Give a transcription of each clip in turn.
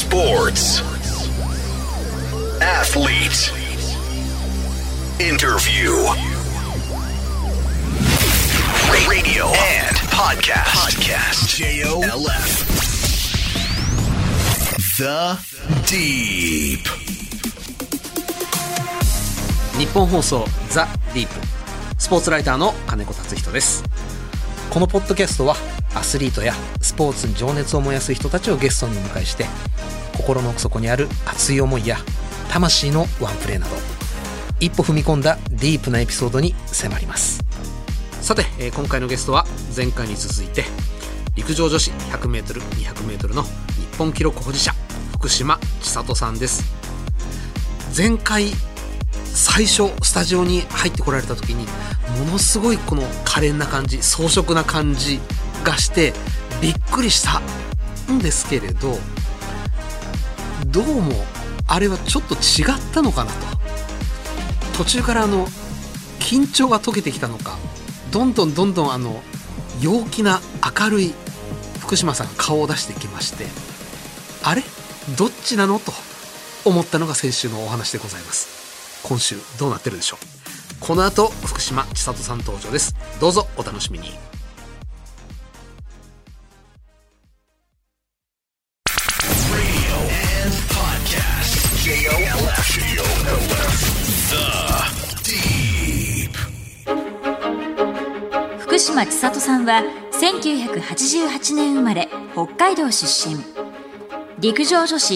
Sports, athlete, interview, radio and podcast. JOLF. The Deep. 日本放送ザ・ディープスポーツライターの金子達人です。このポッドキャストはアスリートやスポーツに情熱を燃やす人たちをゲストにお迎えして、心の奥底にある熱い思いや魂のワンプレーなど、一歩踏み込んだディープなエピソードに迫ります。さて、今回のゲストは前回に続いて陸上女子 100m、200m の日本記録保持者福島千里さんです。前回最初スタジオに入ってこられた時にものすごいこの可憐な感じ、装飾な感じがしてびっくりしたんですけれど、どうもあれはちょっと違ったのかなと。途中から緊張が解けてきたのか、どんどん陽気な明るい福島さんが顔を出してきまして、あれどっちなのと思ったのが先週のお話でございます。今週どうなってるでしょう。この後福島千里さん登場です。どうぞお楽しみに。 福島千里さんは1988年生まれ、北海道出身。陸上女子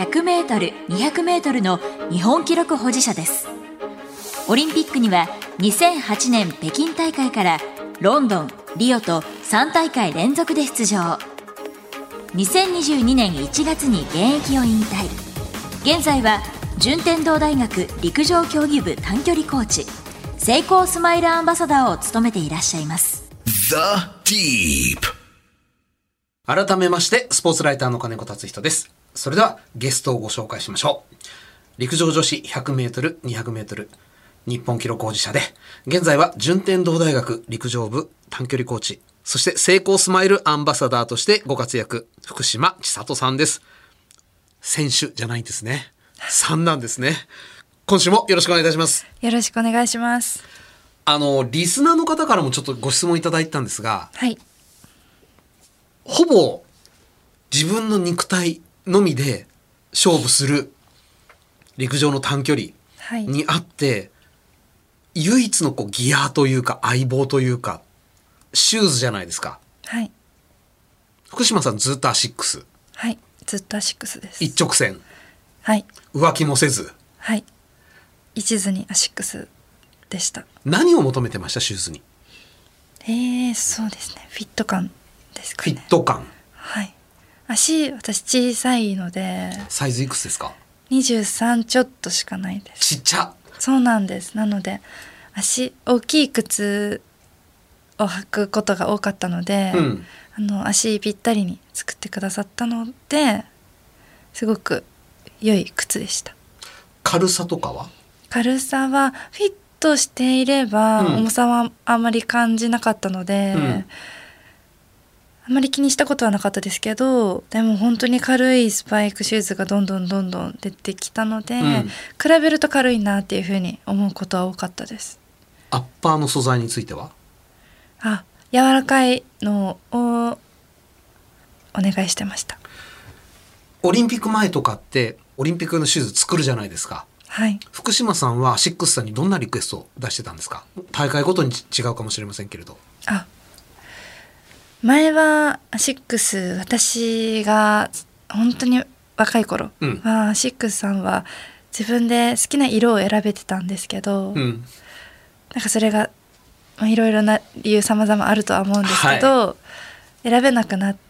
100m、200m の日本記録保持者です。オリンピックには2008年北京大会からロンドン、リオと3大会連続で出場。2022年1月に現役を引退。現在は順天堂大学陸上競技部短距離コーチ、セイコースマイルアンバサダーを務めていらっしゃいます。 The Deep。 改めましてスポーツライターの金子達人です。それではゲストをご紹介しましょう。陸上女子 100m、200m 日本記録保持者で、現在は順天堂大学陸上部短距離コーチ、そしてセイコースマイルアンバサダーとしてご活躍、福島千里さんです。選手じゃないんですね、さんなんですね。今週もよろしくお願いいたします。 よろしくお願いします。 リスナーの方からもちょっとご質問いただいたんですが、 はい、 ほぼ自分の肉体のみで勝負する陸上の短距離にあって、唯一のギアというか相棒というかシューズじゃないですか。 はい、 福島さんずっとアシックス。 はい、ずっとアシックスです。 一直線。 はい、 浮気もせず。 はい、一途にアシックスでした。 何を求めてましたシューズに。 そうですね、フィット感ですかね。 フィット感。 はい、足私小さいので。 サイズいくつですか。 23ちょっとしかないです。 ちっちゃ。 そうなんです。なので大きい靴を履くことが多かったので、足ぴったりに作ってくださったので、すごく良い靴でした。 軽さとかは。 軽さはフィットしていれば、重さはあまり感じなかったので、あまり気にしたことはなかったですけど、でも本当に軽いスパイクシューズがどんどん出てきたので、比べると軽いなっていうふうに思うことは多かったです。 アッパーの素材については。 柔らかいのをお願いしてました。 オリンピック前とかってオリンピックのシューズ作るじゃないですか。 はい、 福島さんはアシックスさんにどんなリクエストを出してたんですか。大会ごとに違うかもしれませんけれど。 前はアシックス、私が本当に若い頃は、アシックスさんは自分で好きな色を選べてたんですけど、なんかそれがいろいろな理由様々あるとは思うんですけど、選べなくなって、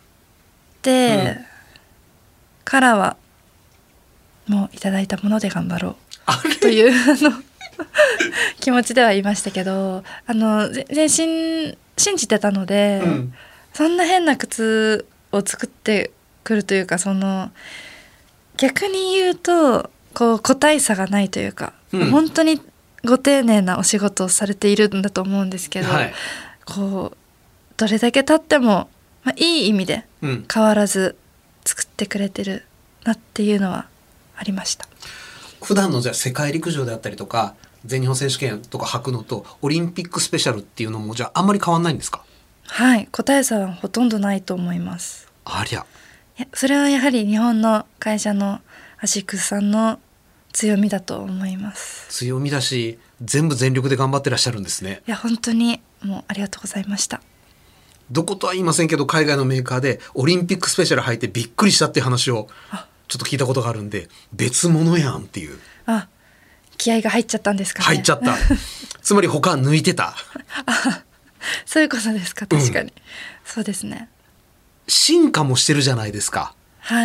からはもういただいたもので頑張ろうという気持ちではいましたけど、全身信じてたので、そんな変な靴を作ってくるというか、逆に言うと個体差がないというか、本当にご丁寧なお仕事をされているんだと思うんですけど、どれだけ経っても、いい意味で変わらず作ってくれてるなっていうのはありました。 普段のじゃあ世界陸上であったりとか全日本選手権とか履くのとオリンピックスペシャルっていうのもじゃああんまり変わんないんですか？ はい、個体差はほとんどないと思います。 ありゃ。 それはやはり日本の会社のアシックスさんの強みだと思います。 強みだし全部全力で頑張ってらっしゃるんですね。 いや本当にもうありがとうございました。 どことは言いませんけど海外のメーカーでオリンピックスペシャル履いてびっくりしたっていう話をちょっと聞いたことがあるんで別物やんっていう。 あ、気合が入っちゃったんですかね。 入っちゃったつまり他抜いてたそういうことですか。確かに、そうですね。 進化もしてるじゃないですか、 はい、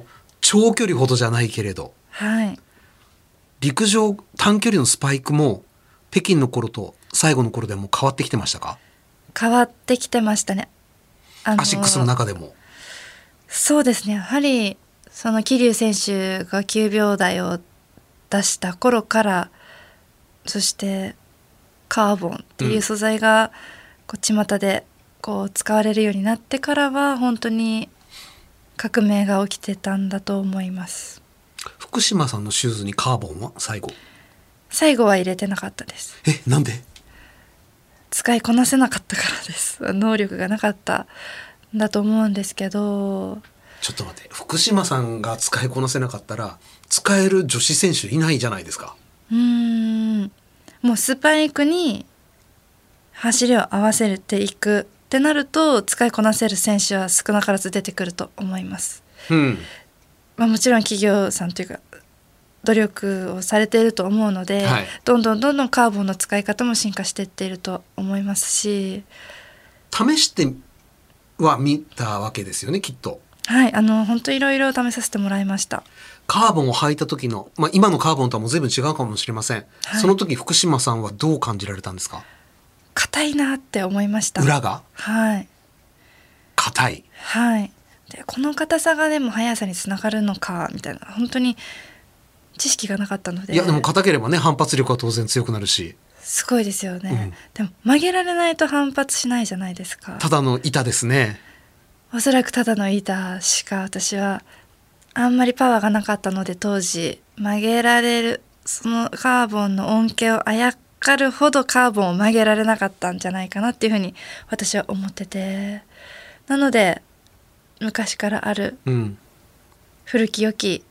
長距離ほどじゃないけれど、 はい、 陸上短距離のスパイクも北京の頃と最後の頃でも変わってきてましたか？ 変わってきてましたね。 アシックスの中でも。 そうですね。やはりその桐生選手が9秒台を出した頃から、そしてカーボンっていう素材がこう巷でこう使われるようになってからは本当に革命が起きてたんだと思います。 福島さんのシューズにカーボンは最後は入れてなかったです。 なんで？ 使いこなせなかったからです。能力がなかったんだと思うんですけど。 ちょっと待って、福島さんが使いこなせなかったら使える女子選手いないじゃないですか。 もうスパイクに走りを合わせていくってなると使いこなせる選手は少なからず出てくると思います、もちろん企業さんというか努力をされていると思うので、どんどんカーボンの使い方も進化していっていると思いますし、 試しては見たわけですよねきっと。 はい、本当いろいろ試させてもらいました。 カーボンを履いた時の、今のカーボンとはもう随分違うかもしれません、その時福島さんはどう感じられたんですか？ 硬いなって思いました。 裏が硬い、でこの硬さがでも速さにつながるのかみたいな本当に知識がなかったので。 いやでも硬ければね反発力は当然強くなるしすごいですよね、でも曲げられないと反発しないじゃないですか。 ただの板ですね。 おそらくただの板しか私はあんまりパワーがなかったので、当時曲げられるそのカーボンの恩恵をあやかるほどカーボンを曲げられなかったんじゃないかなっていうふうに私は思ってて、なので昔からある古き良き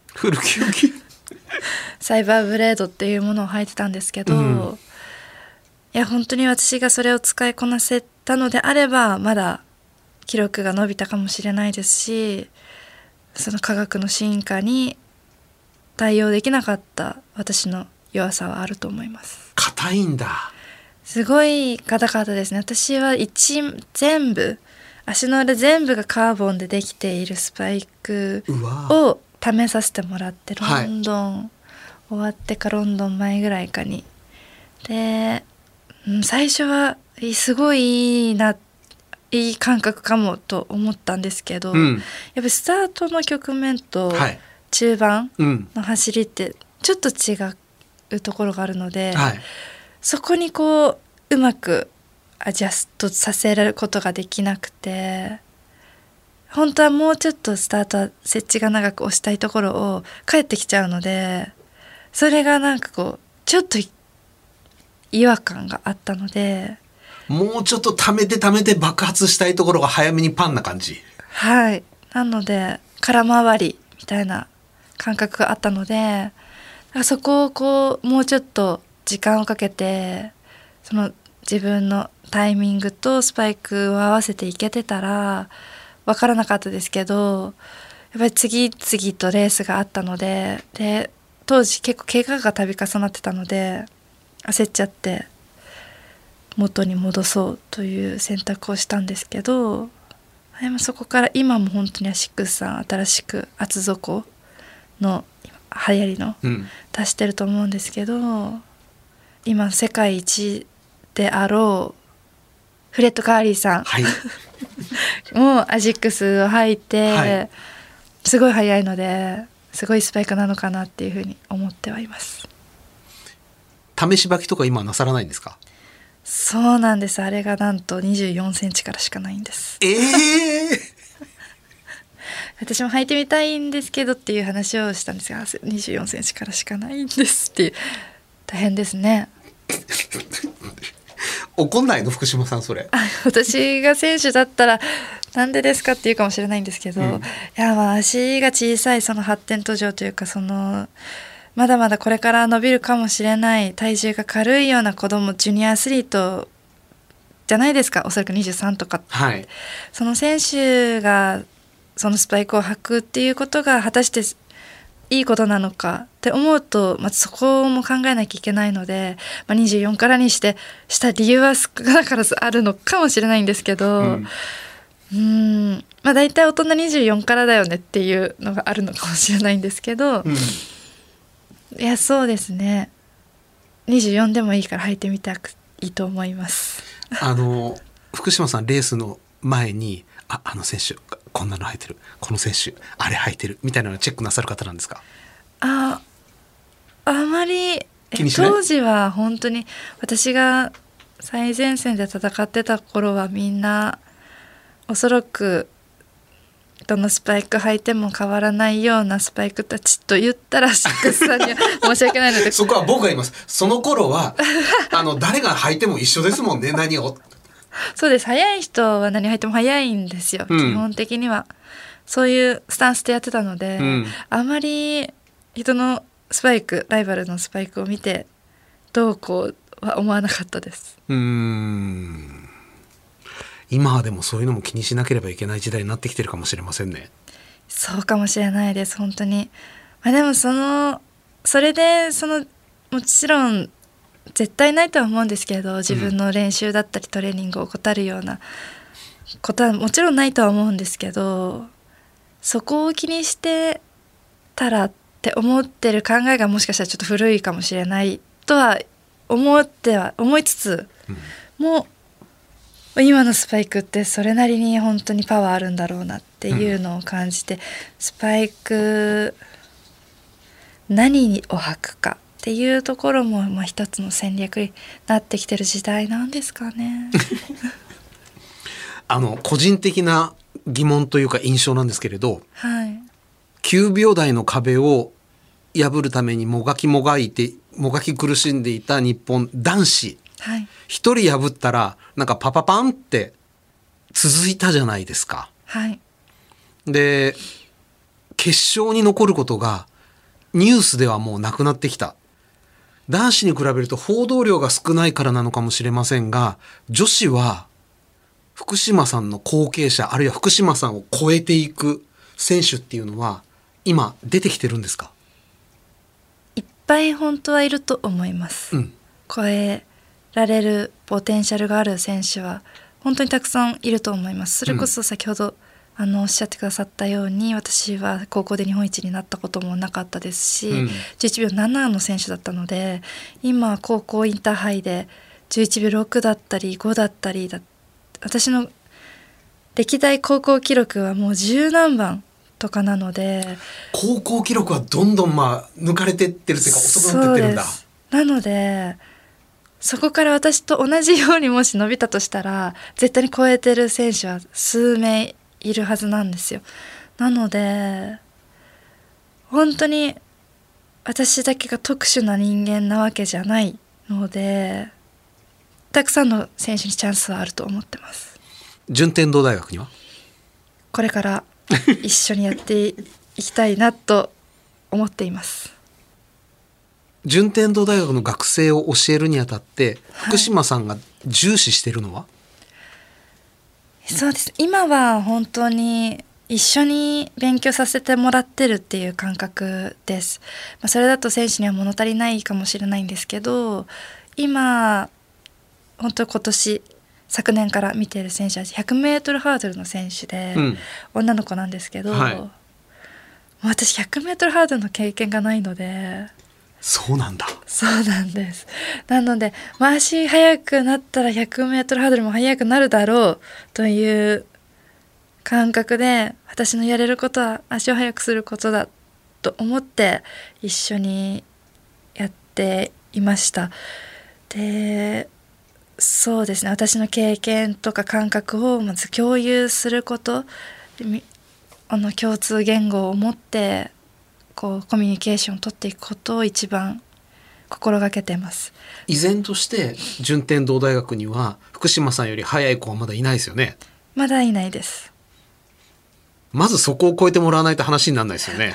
サイバーブレードっていうものを履いてたんですけど、いや本当に私がそれを使いこなせたのであればまだ記録が伸びたかもしれないですし、その科学の進化に対応できなかった私の弱さはあると思います。 硬いんだ。 すごい硬かったですね。私は全部足の裏全部がカーボンでできているスパイクを試させてもらって、ロンドン終わってかロンドン前ぐらいかにで、最初はすごいいい感覚かもと思ったんですけど、やっぱりスタートの局面と中盤の走りってちょっと違うところがあるので、そこにこううまくアジャストさせることができなくて、本当はもうちょっとスタートは接地が長く押したいところを帰ってきちゃうので、それがなんかこうちょっと違和感があったので、 もうちょっと溜めて爆発したいところが早めにパンな感じ。 なので空回りみたいな感覚があったので、そこをこうもうちょっと時間をかけてその自分のタイミングとスパイクを合わせていけてたら分からなかったですけど、やっぱり次々とレースがあったので、当時結構怪我が度重なってたので焦っちゃって元に戻そうという選択をしたんですけど、でもそこから今も本当にアシックスさん新しく厚底の流行りの出してると思うんですけど、今世界一であろうフレッド・カーリーさん、もうアシックスを履いて、すごい速いのですごいスパイクなのかなっていうふうに思ってはいます。 試し履きとか今なさらないんですか？ そうなんです。あれがなんと24センチからしかないんです。 私も履いてみたいんですけどっていう話をしたんですが、24センチからしかないんですっていう。大変ですね。 怒んないの福島さんそれ？ 私が選手だったらなんでですかって言うかもしれないんですけど、いやまあ足が小さいその発展途上というか、そのまだまだこれから伸びるかもしれない体重が軽いような子供、ジュニアアスリートじゃないですか、おそらく23とか、 はい、 その選手がそのスパイクを履くっていうことが果たしていいことなのかって思うと、そこも考えなきゃいけないので、24からにした理由は少なからずあるのかもしれないんですけど、だいたい大人24からだよねっていうのがあるのかもしれないんですけど、いやそうですね、24でもいいから履いてみたくいいと思います。 福島さんレースの前にあの選手こんなの履いてる、この選手あれ履いてるみたいなのをチェックなさる方なんですか？あまり当時は本当に私が最前線で戦ってた頃はみんなおそらくどのスパイク履いても変わらないようなスパイクたちと言ったらシックスさんには申し訳ないのでそこは僕が言います。その頃は誰が履いても一緒ですもんね。何をそうです、速い人は何履いても速いんですよ、基本的にはそういうスタンスでやってたので、あまり人のスパイク、ライバルのスパイクを見てどうこうは思わなかったです。 今はでもそういうのも気にしなければいけない時代になってきてるかもしれませんね。 そうかもしれないです本当に。でもそれでもちろん絶対ないとは思うんですけど、自分の練習だったりトレーニングを怠るようなことはもちろんないとは思うんですけど、そこを気にしてたらって思ってる考えがもしかしたらちょっと古いかもしれないとは思いつつも、今のスパイクってそれなりに本当にパワーあるんだろうなっていうのを感じて、スパイク何を履くかっていうところも一つの戦略になってきてる時代なんですかね。 個人的な疑問というか印象なんですけれど、9秒台の壁を破るためにもがき苦しんでいた日本男子、一人破ったらなんかパパパンって続いたじゃないですか。で決勝に残ることがニュースではもうなくなってきた。男子に比べると報道量が少ないからなのかもしれませんが、女子は福島さんの後継者、あるいは福島さんを超えていく選手っていうのは今出てきてるんですか？ いっぱい本当はいると思います、超えられるポテンシャルがある選手は本当にたくさんいると思います。それこそ先ほど、おっしゃってくださったように、私は高校で日本一になったこともなかったですし、11秒7の選手だったので、今高校インターハイで11秒6だったり5だったり私の歴代高校記録はもう10何番とかなので、 高校記録はどんどん抜かれてってるというか遅くなってってるんだ。 なのでそこから私と同じようにもし伸びたとしたら絶対に超えてる選手は数名いるはずなんですよ。なので本当に私だけが特殊な人間なわけじゃないので、たくさんの選手にチャンスはあると思ってます。 順天堂大学にはこれから一緒にやっていきたいなと思っています。 順天堂大学の学生を教えるにあたって福島さんが重視してるのは？ そうです、今は本当に一緒に勉強させてもらってるっていう感覚です。それだと選手には物足りないかもしれないんですけど、今本当昨年から見ている選手は 100m ハードルの選手で、女の子なんですけど、私 100m ハードルの経験がないので。 そうなんだ。 そうなんです。なので足速くなったら 100m ハードルも速くなるだろうという感覚で、私のやれることは足を速くすることだと思って一緒にやっていました。で、そうですね、私の経験とか感覚をまず共有すること、 共通言語を持ってこうコミュニケーションを取っていくことを一番心がけてます。 依然として順天堂大学には福島さんより早い子はまだいないですよね。 まだいないです。 まずそこを超えてもらわないと話にならないですよね。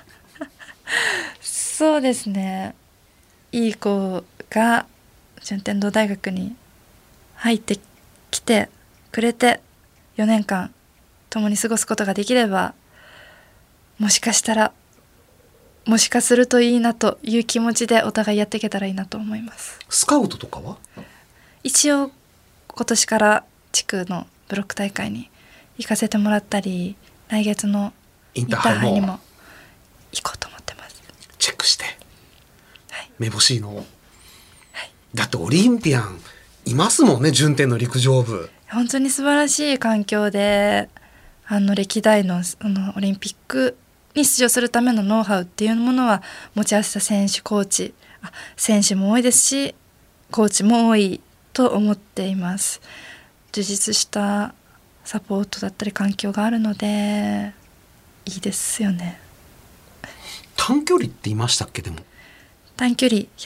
そうですね。いい子が順天堂大学に入ってきてくれて4年間共に過ごすことができれば、もしかしたらもしかするといいなという気持ちでお互いやっていけたらいいなと思います。 スカウトとかは一応今年から地区のブロック大会に行かせてもらったり、来月のインターハイにも行こうと思ってます。 チェックして、 はい、 めぼしいの、はい、だってオリンピアンいますもんね、順天の陸上部。 本当に素晴らしい環境で、歴代のオリンピックに出場するためのノウハウっていうものは持ち合わせた選手コーチ、選手も多いですしコーチも多いと思っています。充実したサポートだったり環境があるのでいいですよね。 短距離って言いましたっけ？でも短距離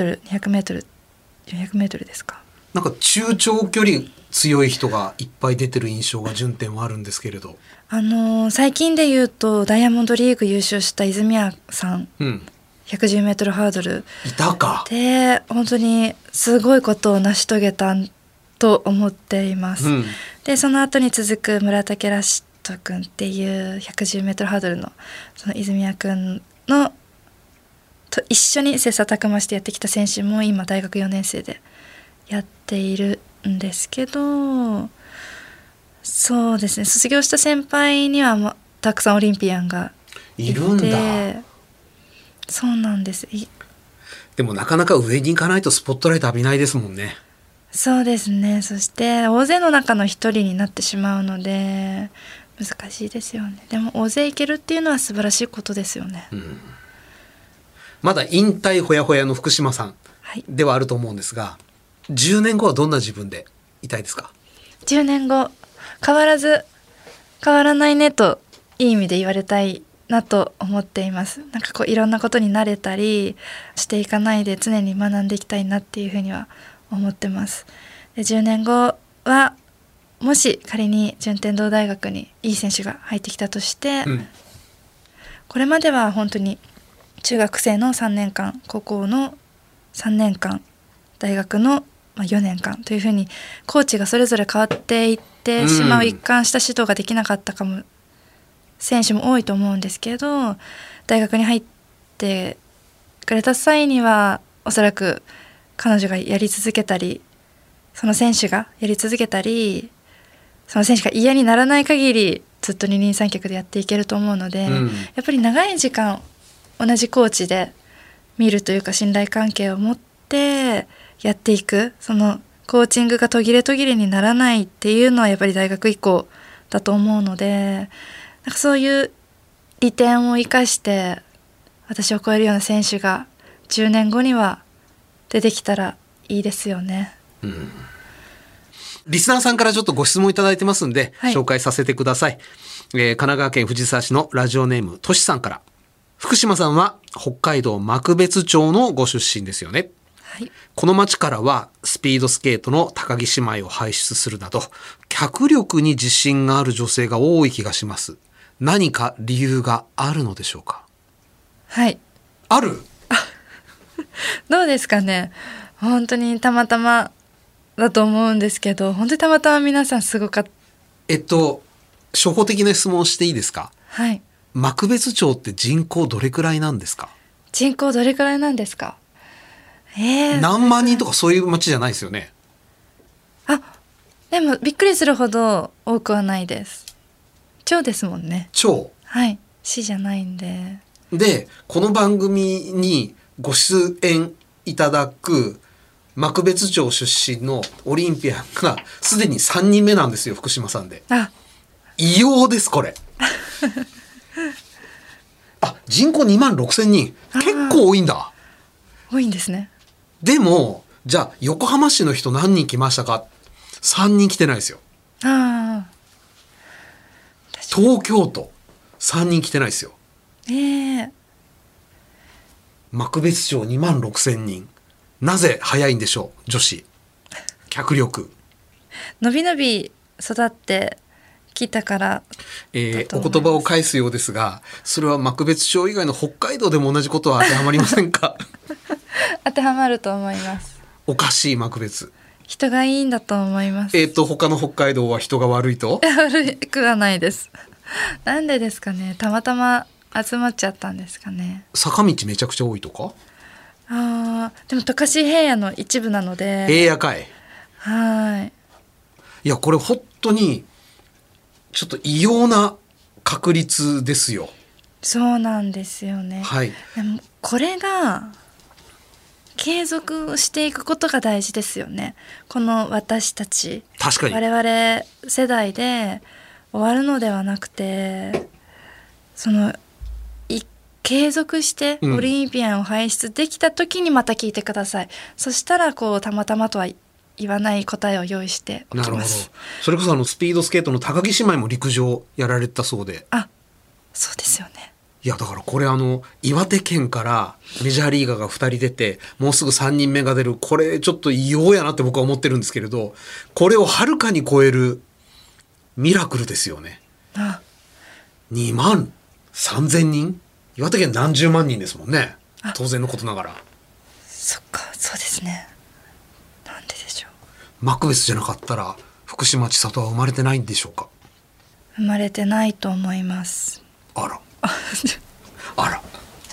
100m、200m、400m ですか。 なんか中長距離強い人がいっぱい出てる印象が順天はあるんですけれど、 最近で言うとダイヤモンドリーグ優勝した泉谷さん、110m ハードルいたかで本当にすごいことを成し遂げたと思っています、でその後に続く村竹ラシット君っていう 110m ハードルのその泉谷君のと一緒に切磋琢磨してやってきた選手も今大学4年生でやっているんですけど、そうですね、卒業した先輩にはもたくさんオリンピアンがいて、 いるんだ。 そうなんです。 でもなかなか上に行かないとスポットライト浴びないですもんね。 そうですね。そして大勢の中の一人になってしまうので難しいですよね。でも大勢行けるっていうのは素晴らしいことですよね、 まだ引退ほやほやの福島さんではあると思うんですが、10年後はどんな自分でいたいですか ？10年後変わらないねといい意味で言われたいなと思っています。なんかこういろんなことに慣れたりしていかないで常に学んでいきたいなっていうふうには思ってます。で10年後はもし仮に順天堂大学にいい選手が入ってきたとして、これまでは本当に中学生の3年間、高校の3年間、大学の4年間というふうにコーチがそれぞれ変わっていってしまう一貫した指導ができなかったかも選手も多いと思うんですけど、大学に入ってくれた際にはおそらく彼女がやり続けたり、その選手がやり続けたり、その選手が嫌にならない限りずっと二人三脚でやっていけると思うので、やっぱり長い時間同じコーチで見るというか信頼関係を持ってやっていく、そのコーチングが途切れ途切れにならないっていうのはやっぱり大学以降だと思うので、なんかそういう利点を生かして私を超えるような選手が10年後には出てきたらいいですよね。 リスナーさんからちょっとご質問いただいてますんで、紹介させてください。神奈川県藤沢市のラジオネームとしさんから、福島さんは北海道幕別町のご出身ですよね。この町からはスピードスケートの高木姉妹を輩出するなど脚力に自信がある女性が多い気がします。何か理由があるのでしょうか？ はい。 ある？ どうですかね。本当にたまたまだと思うんですけど、本当にたまたま皆さんすごかった。 初歩的な質問をしていいですか？ はい。 幕別町って人口どれくらいなんですか？ 人口どれくらいなんですか？ 何万人とかそういう町じゃないですよね。 でもびっくりするほど多くはないです。町ですもんね。 町。 はい。市じゃないんで。 で、この番組にご出演いただく幕別町出身のオリンピアンがすでに3人目なんですよ、福島さんで。異様ですこれ。人口26,000人。結構多いんだ。 多いんですね。 でもじゃあ横浜市の人何人来ましたか？3人来てないですよ。東京都 3人来てないですよ。幕別賞2万6,000人。なぜ早いんでしょう、女子脚力。 のびのび育ってきたからお言葉を返すようですが、それは幕別賞以外の北海道でも同じことは当てはまりませんか？ 当てはまると思います。 おかしい幕別。 人がいいんだと思います。 他の北海道は人が悪いと？ 悪くはないです。なんでですかね。たまたま集まっちゃったんですかね。 坂道めちゃくちゃ多いとか？ でも十勝平野の一部なので。 平野かい。 はい。 いやこれ本当にちょっと異様な確率ですよ。 そうなんですよね。 はい。 でもこれが継続していくことが大事ですよね。この私たち、 確かに我々世代で終わるのではなくて、継続してオリンピアンを輩出できた時にまた聞いてください。そしたらたまたまとは言わない答えを用意しておきます。 なるほど。それこそスピードスケートの高木姉妹も陸上やられたそうで。 そうですよね。 いやだからこれ岩手県からメジャーリーガーが2人出て、もうすぐ3人目が出る。これちょっと異様やなって僕は思ってるんですけれど、これをはるかに超えるミラクルですよね。2万3,000人、岩手県何十万人ですもんね。当然のことながら。 そっか、そうですね。なんででしょう。 幕別じゃなかったら福島千里は生まれてないんでしょうか？ 生まれてないと思います。 あらあら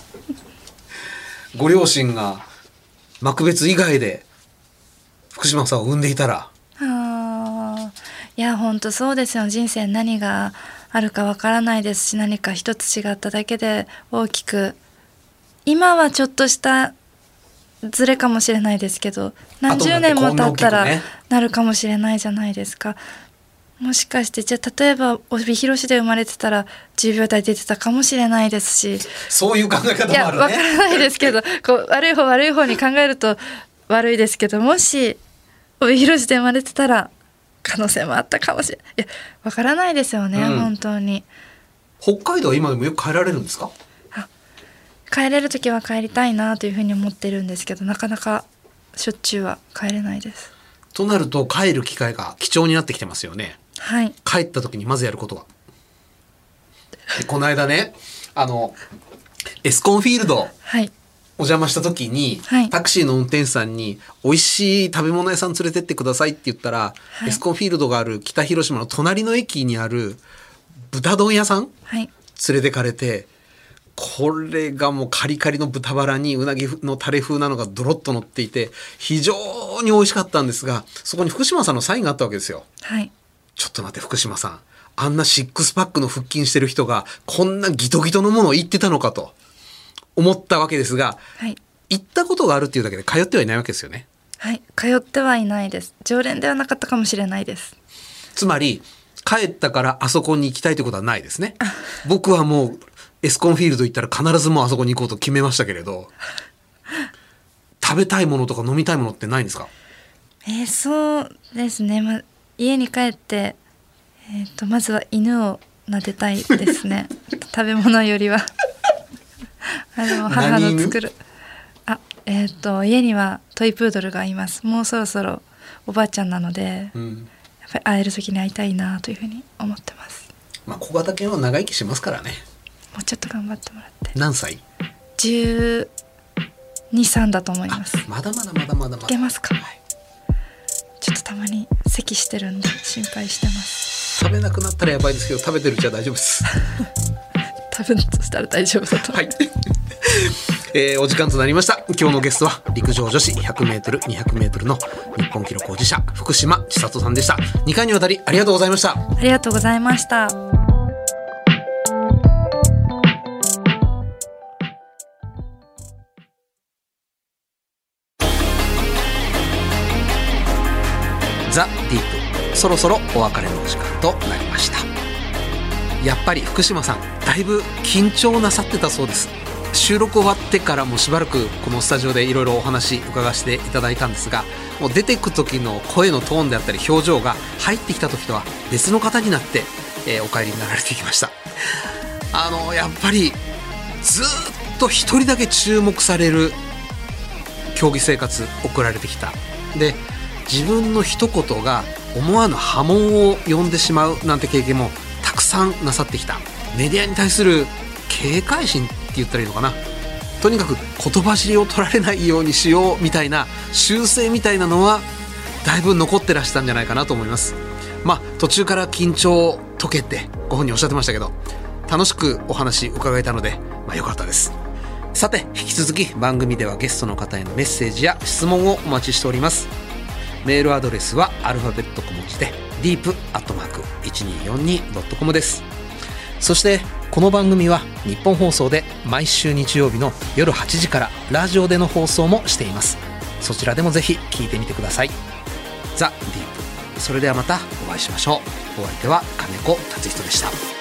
ご両親が幕別以外で福島さんを産んでいたら。 いや本当そうですよ。人生何があるかわからないですし、何か一つ違っただけで大きく、今はちょっとしたズレかもしれないですけど、何十年も経ったらなるかもしれないじゃないですか。もしかしてじゃあ例えば帯広市で生まれてたら10秒台出てたかもしれないですし。 そういう考え方もあるね。いやわからないですけど悪い方に考えると悪いですけど、もし帯広市で生まれてたら可能性もあったかもしれない。いやわからないですよね、本当に。 北海道は今でもよく帰られるんですか？ 帰れる時は帰りたいなというふうに思ってるんですけど、なかなかしょっちゅうは帰れないです。 となると帰る機会が貴重になってきてますよね。 はい。 帰った時にまずやることはこの間ねエスコンフィールド、お邪魔した時に、タクシーの運転手さんに美味しい食べ物屋さん連れてってくださいって言ったら、エスコンフィールドがある北広島の隣の駅にある豚丼屋さん、連れてかれて、これがもうカリカリの豚バラにうなぎのタレ風なのがドロッと乗っていて非常に美味しかったんですが、そこに福島さんのサインがあったわけですよ。ちょっと待って、福島さん、あんなシックスパックの腹筋してる人がこんなギトギトのものを言ってたのかと思ったわけですが、行ったことがあるっていうだけで通ってはいないわけですよね。 通ってはいないです。常連ではなかったかもしれないです。 つまり帰ったからあそこに行きたいということはないですね。僕はもうエスコンフィールド行ったら必ずもうあそこに行こうと決めましたけれど、食べたいものとか飲みたいものってないんですか？ そうですね、家に帰って、まずは犬を撫でたいですね食べ物よりは母の作る家にはトイプードルがいます。もうそろそろおばあちゃんなので、やっぱり会える時に会いたいなというふうに思ってます。 小型犬は長生きしますからね。 もうちょっと頑張ってもらって。 何歳 ？12、13だと思います。 まだまだいけますか？ちょっとたまに咳してるんで心配してます。 食べなくなったらやばいですけど、食べてるうちは大丈夫です食べるとしたら大丈夫だと。 お時間となりました。今日のゲストは陸上女子 100m、200m の日本記録保持者福島千里さんでした。2回にわたりありがとうございました。 ありがとうございました。 ザ・ディープ、そろそろお別れの時間となりました。やっぱり福島さんだいぶ緊張なさってたそうです。収録終わってからもしばらくこのスタジオでいろいろお話伺わせていただいたんですが、もう出てく時の声のトーンであったり表情が入ってきた時とは別の方になって、お帰りになられてきました。 やっぱりずっと一人だけ注目される競技生活送られてきた。で、自分の一言が思わぬ波紋を呼んでしまうなんて経験もたくさんなさってきた。メディアに対する警戒心って言ったらいいのかな。とにかく言葉尻を取られないようにしようみたいな習性みたいなのはだいぶ残ってらしたんじゃないかなと思います。途中から緊張解けてご本人おっしゃってましたけど、楽しくお話伺えたので、良かったです。さて、引き続き番組ではゲストの方へのメッセージや質問をお待ちしております。メールアドレスはアルファベット小文字で deep@1242.com です。そしてこの番組は日本放送で毎週日曜日の夜8時からラジオでの放送もしています。そちらでもぜひ聞いてみてください。ザ・ディープ、それではまたお会いしましょう。お相手は金子達人でした。